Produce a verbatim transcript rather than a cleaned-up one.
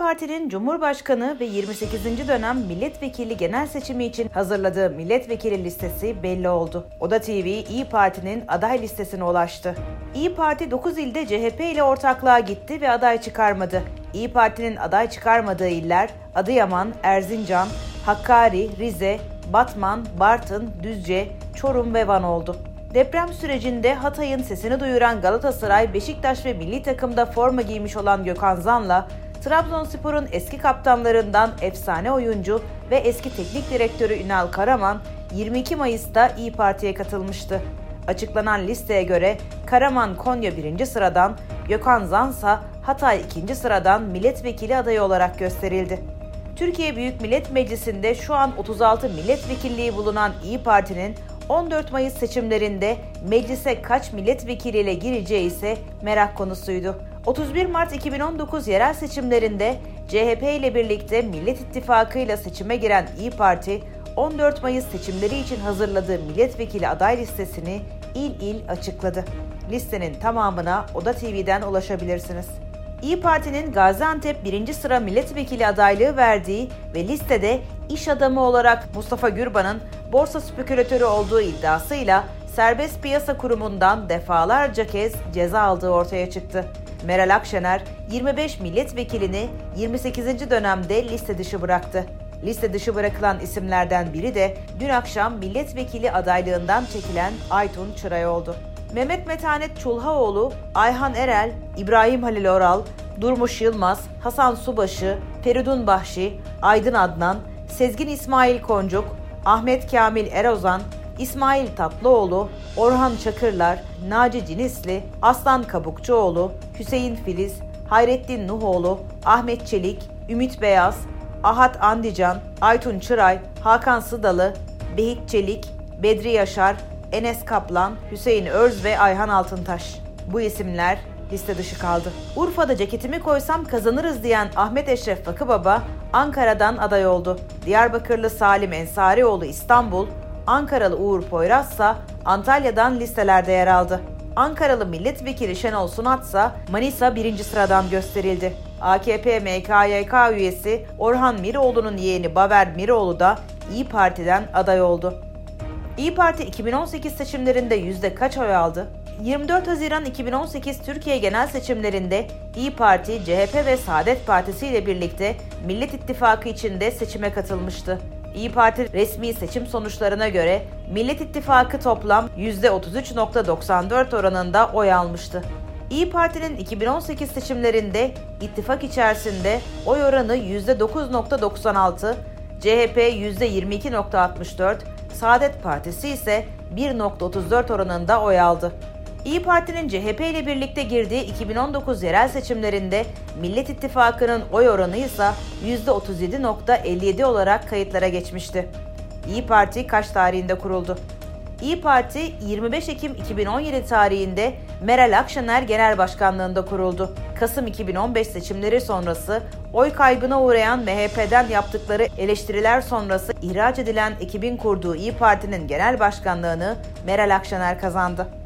Parti'nin Cumhurbaşkanı ve yirmi sekizinci dönem milletvekili genel seçimi için hazırladığı milletvekili listesi belli oldu. Oda T V, İYİ Parti'nin aday listesine ulaştı. İYİ Parti dokuz ilde C H P ile ortaklığa gitti ve aday çıkarmadı. İYİ Parti'nin aday çıkarmadığı iller Adıyaman, Erzincan, Hakkari, Rize, Batman, Bartın, Düzce, Çorum ve Van oldu. Deprem sürecinde Hatay'ın sesini duyuran Galatasaray, Beşiktaş ve milli takımda forma giymiş olan Gökhan Zan'la Trabzonspor'un eski kaptanlarından efsane oyuncu ve eski teknik direktörü Ünal Karaman yirmi iki Mayıs'ta İYİ Parti'ye katılmıştı. Açıklanan listeye göre Karaman Konya birinci sıradan, Gökhan Zansa Hatay ikinci sıradan milletvekili adayı olarak gösterildi. Türkiye Büyük Millet Meclisi'nde şu an otuz altı milletvekilliği bulunan İYİ Parti'nin on dört Mayıs seçimlerinde meclise kaç milletvekiliyle gireceği ise merak konusuydu. otuz bir Mart iki bin on dokuz yerel seçimlerinde C H P ile birlikte Millet İttifakı ile seçime giren İYİ Parti, on dört Mayıs seçimleri için hazırladığı milletvekili aday listesini il il açıkladı. Listenin tamamına Oda T V'den ulaşabilirsiniz. İYİ Parti'nin Gaziantep birinci sıra milletvekili adaylığı verdiği ve listede iş adamı olarak Mustafa Gürban'ın borsa spekülatörü olduğu iddiasıyla Serbest Piyasa Kurumu'ndan defalarca kez ceza aldığı ortaya çıktı. Meral Akşener, yirmi beş milletvekilini yirmi sekizinci dönemde liste dışı bıraktı. Liste dışı bırakılan isimlerden biri de dün akşam milletvekili adaylığından çekilen Aytun Çıray oldu. Mehmet Metanet Çulhaoğlu, Ayhan Erel, İbrahim Halil Oral, Durmuş Yılmaz, Hasan Subaşı, Feridun Bahşi, Aydın Adnan, Sezgin İsmail Koncuk, Ahmet Kamil Erozan, İsmail Tatlıoğlu, Orhan Çakırlar, Naci Cinisli, Aslan Kabukçuoğlu, Hüseyin Filiz, Hayrettin Nuhoğlu, Ahmet Çelik, Ümit Beyaz, Ahat Andican, Aytun Çıray, Hakan Sıdalı, Behit Çelik, Bedri Yaşar, Enes Kaplan, Hüseyin Örz ve Ayhan Altıntaş. Bu isimler liste dışı kaldı. Urfa'da ceketimi koysam kazanırız diyen Ahmet Eşref Fakıbaba Ankara'dan aday oldu. Diyarbakırlı Salim Ensarioğlu İstanbul, Ankaralı Uğur Poyraz ise Antalya'dan listelerde yer aldı. Ankaralı milletvekili Şenol Sunat ise Manisa birinci sıradan gösterildi. A K P M K Y K üyesi Orhan Miroğlu'nun yeğeni Baver Miroğlu da İYİ Parti'den aday oldu. İYİ Parti iki bin on sekiz seçimlerinde yüzde kaç oy aldı? yirmi dört Haziran iki bin on sekiz Türkiye genel seçimlerinde İYİ Parti, C H P ve Saadet Partisi ile birlikte Millet İttifakı içinde seçime katılmıştı. İYİ Parti resmi seçim sonuçlarına göre Millet İttifakı toplam yüzde otuz üç virgül doksan dört oranında oy almıştı. İYİ Parti'nin iki bin on sekiz seçimlerinde ittifak içerisinde oy oranı yüzde dokuz virgül doksan altı, C H P yüzde yirmi iki virgül altmış dört, Saadet Partisi ise bir virgül otuz dört oranında oy aldı. İYİ Parti'nin C H P ile birlikte girdiği iki bin on dokuz yerel seçimlerinde Millet İttifakı'nın oy oranı ise yüzde otuz yedi virgül elli yedi olarak kayıtlara geçmişti. İYİ Parti kaç tarihinde kuruldu? İYİ Parti yirmi beş Ekim iki bin on yedi tarihinde Meral Akşener Genel Başkanlığında kuruldu. Kasım iki bin on beş seçimleri sonrası oy kaybına uğrayan M H P'den yaptıkları eleştiriler sonrası ihraç edilen ekibin kurduğu İYİ Parti'nin genel başkanlığını Meral Akşener kazandı.